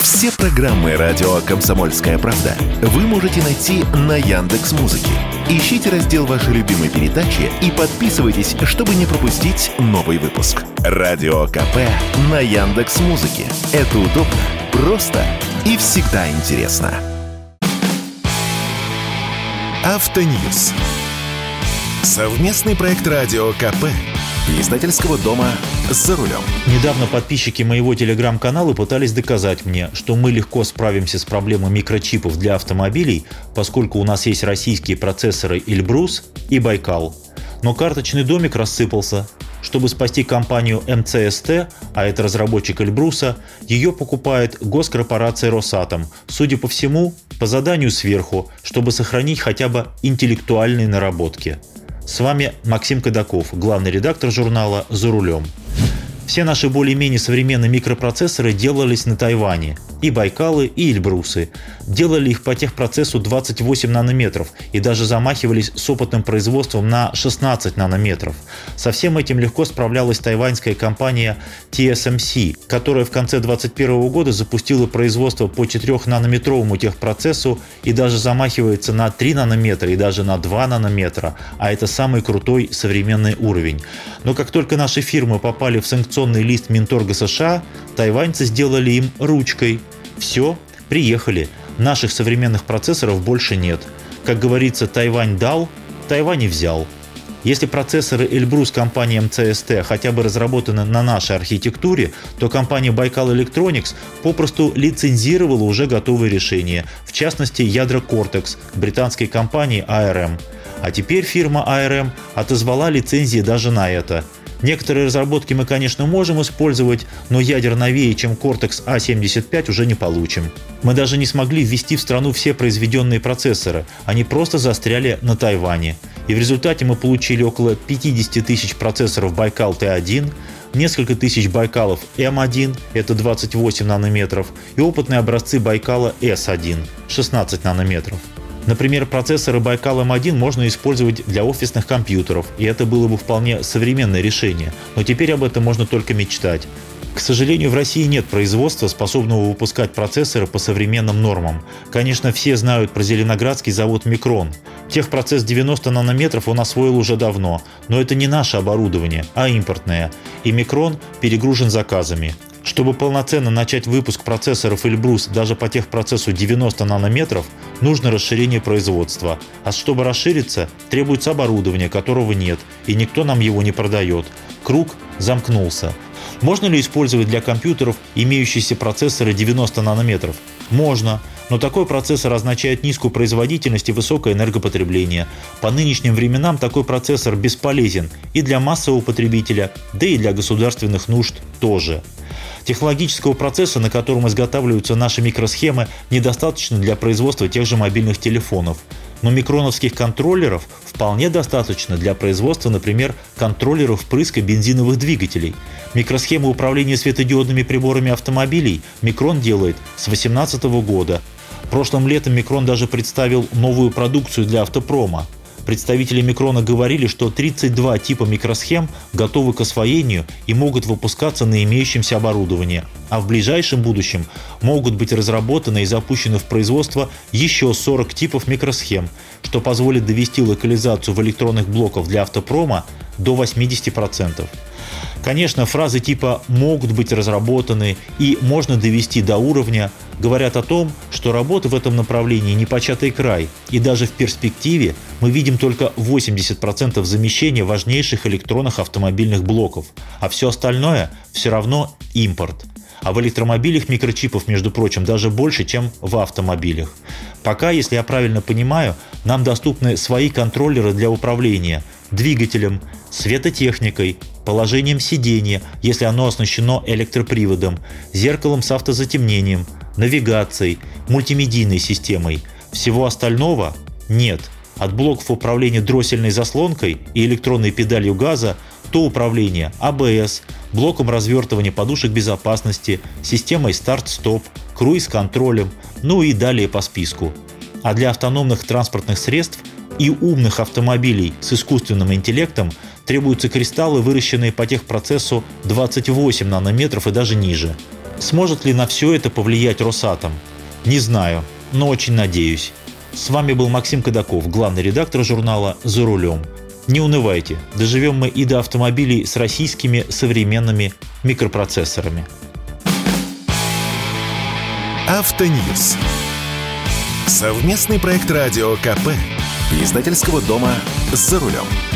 Все программы радио «Комсомольская правда» вы можете найти на Яндекс.Музыке. Ищите раздел вашей любимой передачи и подписывайтесь, чтобы не пропустить новый выпуск. Радио КП на Яндекс.Музыке. Это удобно, просто и всегда интересно. Автоньюз. Совместный проект радио КП и издательского дома «За рулем». Недавно подписчики моего телеграм-канала пытались доказать мне, что мы легко справимся с проблемой микрочипов для автомобилей, поскольку у нас есть российские процессоры Эльбрус и Байкал. Но карточный домик рассыпался. Чтобы спасти компанию МЦСТ, а это разработчик Эльбруса, ее покупает госкорпорация Росатом, судя по всему, по заданию сверху, чтобы сохранить хотя бы интеллектуальные наработки. С вами Максим Кадаков, главный редактор журнала «За рулем». Все наши более-менее современные микропроцессоры делались на Тайване. И Байкалы, и Эльбрусы. Делали их по техпроцессу 28 нанометров и даже замахивались с опытным производством на 16 нанометров. Со всем этим легко справлялась тайваньская компания TSMC, которая в конце 2021 года запустила производство по 4-нанометровому техпроцессу и даже замахивается на 3 нанометра и даже на 2 нанометра, а это самый крутой современный уровень. Но как только наши фирмы попали в санкционный лист Минторга США, тайваньцы сделали им ручкой. Все, приехали. Наших современных процессоров больше нет. Как говорится, Тайвань дал, Тайвань и взял. Если процессоры Эльбрус компании МЦСТ хотя бы разработаны на нашей архитектуре, то компания Байкал Electronics попросту лицензировала уже готовые решения, в частности ядра Cortex британской компании ARM. А теперь фирма ARM отозвала лицензии даже на это. Некоторые разработки мы, конечно, можем использовать, но ядер новее, чем Cortex A75, уже не получим. Мы даже не смогли ввести в страну все произведенные процессоры, они просто застряли на Тайване. И в результате мы получили около 50 тысяч процессоров Байкал Т1, несколько тысяч Байкалов М1, это 28 нанометров, и опытные образцы Байкала С1, 16 нанометров. Например, процессоры Байкал М1 можно использовать для офисных компьютеров, и это было бы вполне современное решение, но теперь об этом можно только мечтать. К сожалению, в России нет производства, способного выпускать процессоры по современным нормам. Конечно, все знают про зеленоградский завод «Микрон». Техпроцесс 90 нанометров он освоил уже давно, но это не наше оборудование, а импортное, и «Микрон» перегружен заказами. Чтобы полноценно начать выпуск процессоров Эльбрус даже по техпроцессу 90 нанометров, нужно расширение производства. А чтобы расшириться, требуется оборудование, которого нет, и никто нам его не продает. Круг замкнулся. Можно ли использовать для компьютеров имеющиеся процессоры 90 нанометров? Можно, но такой процессор означает низкую производительность и высокое энергопотребление. По нынешним временам такой процессор бесполезен и для массового потребителя, да и для государственных нужд тоже. Технологического процесса, на котором изготавливаются наши микросхемы, недостаточно для производства тех же мобильных телефонов. Но микроновских контроллеров вполне достаточно для производства, например, контроллеров впрыска бензиновых двигателей. Микросхемы управления светодиодными приборами автомобилей Микрон делает с 2018 года. Прошлым летом Микрон даже представил новую продукцию для автопрома. Представители Микрона говорили, что 32 типа микросхем готовы к освоению и могут выпускаться на имеющемся оборудовании, а в ближайшем будущем могут быть разработаны и запущены в производство еще 40 типов микросхем, что позволит довести локализацию в электронных блоках для автопрома до 80%. Конечно, фразы типа «могут быть разработаны» и «можно довести до уровня» говорят о том, что работа в этом направлении непочатый край, и даже в перспективе мы видим только 80% замещения важнейших электронных автомобильных блоков, а все остальное все равно импорт. А в электромобилях микрочипов, между прочим, даже больше, чем в автомобилях. Пока, если я правильно понимаю, нам доступны свои контроллеры для управления двигателем, светотехникой, положением сидения, если оно оснащено электроприводом, зеркалом с автозатемнением, навигацией, мультимедийной системой. Всего остального нет. От блоков управления дроссельной заслонкой и электронной педалью газа до управления АБС, блоком развертывания подушек безопасности, системой старт-стоп, круиз-контролем, ну и далее по списку. А для автономных транспортных средств и умных автомобилей с искусственным интеллектом требуются кристаллы, выращенные по техпроцессу 28 нанометров и даже ниже. Сможет ли на все это повлиять Росатом? Не знаю, но очень надеюсь. С вами был Максим Кадаков, главный редактор журнала «За рулем». Не унывайте, доживем мы и до автомобилей с российскими современными микропроцессорами. Автоньюз. Совместный проект радио КП. Издательского дома «За рулем».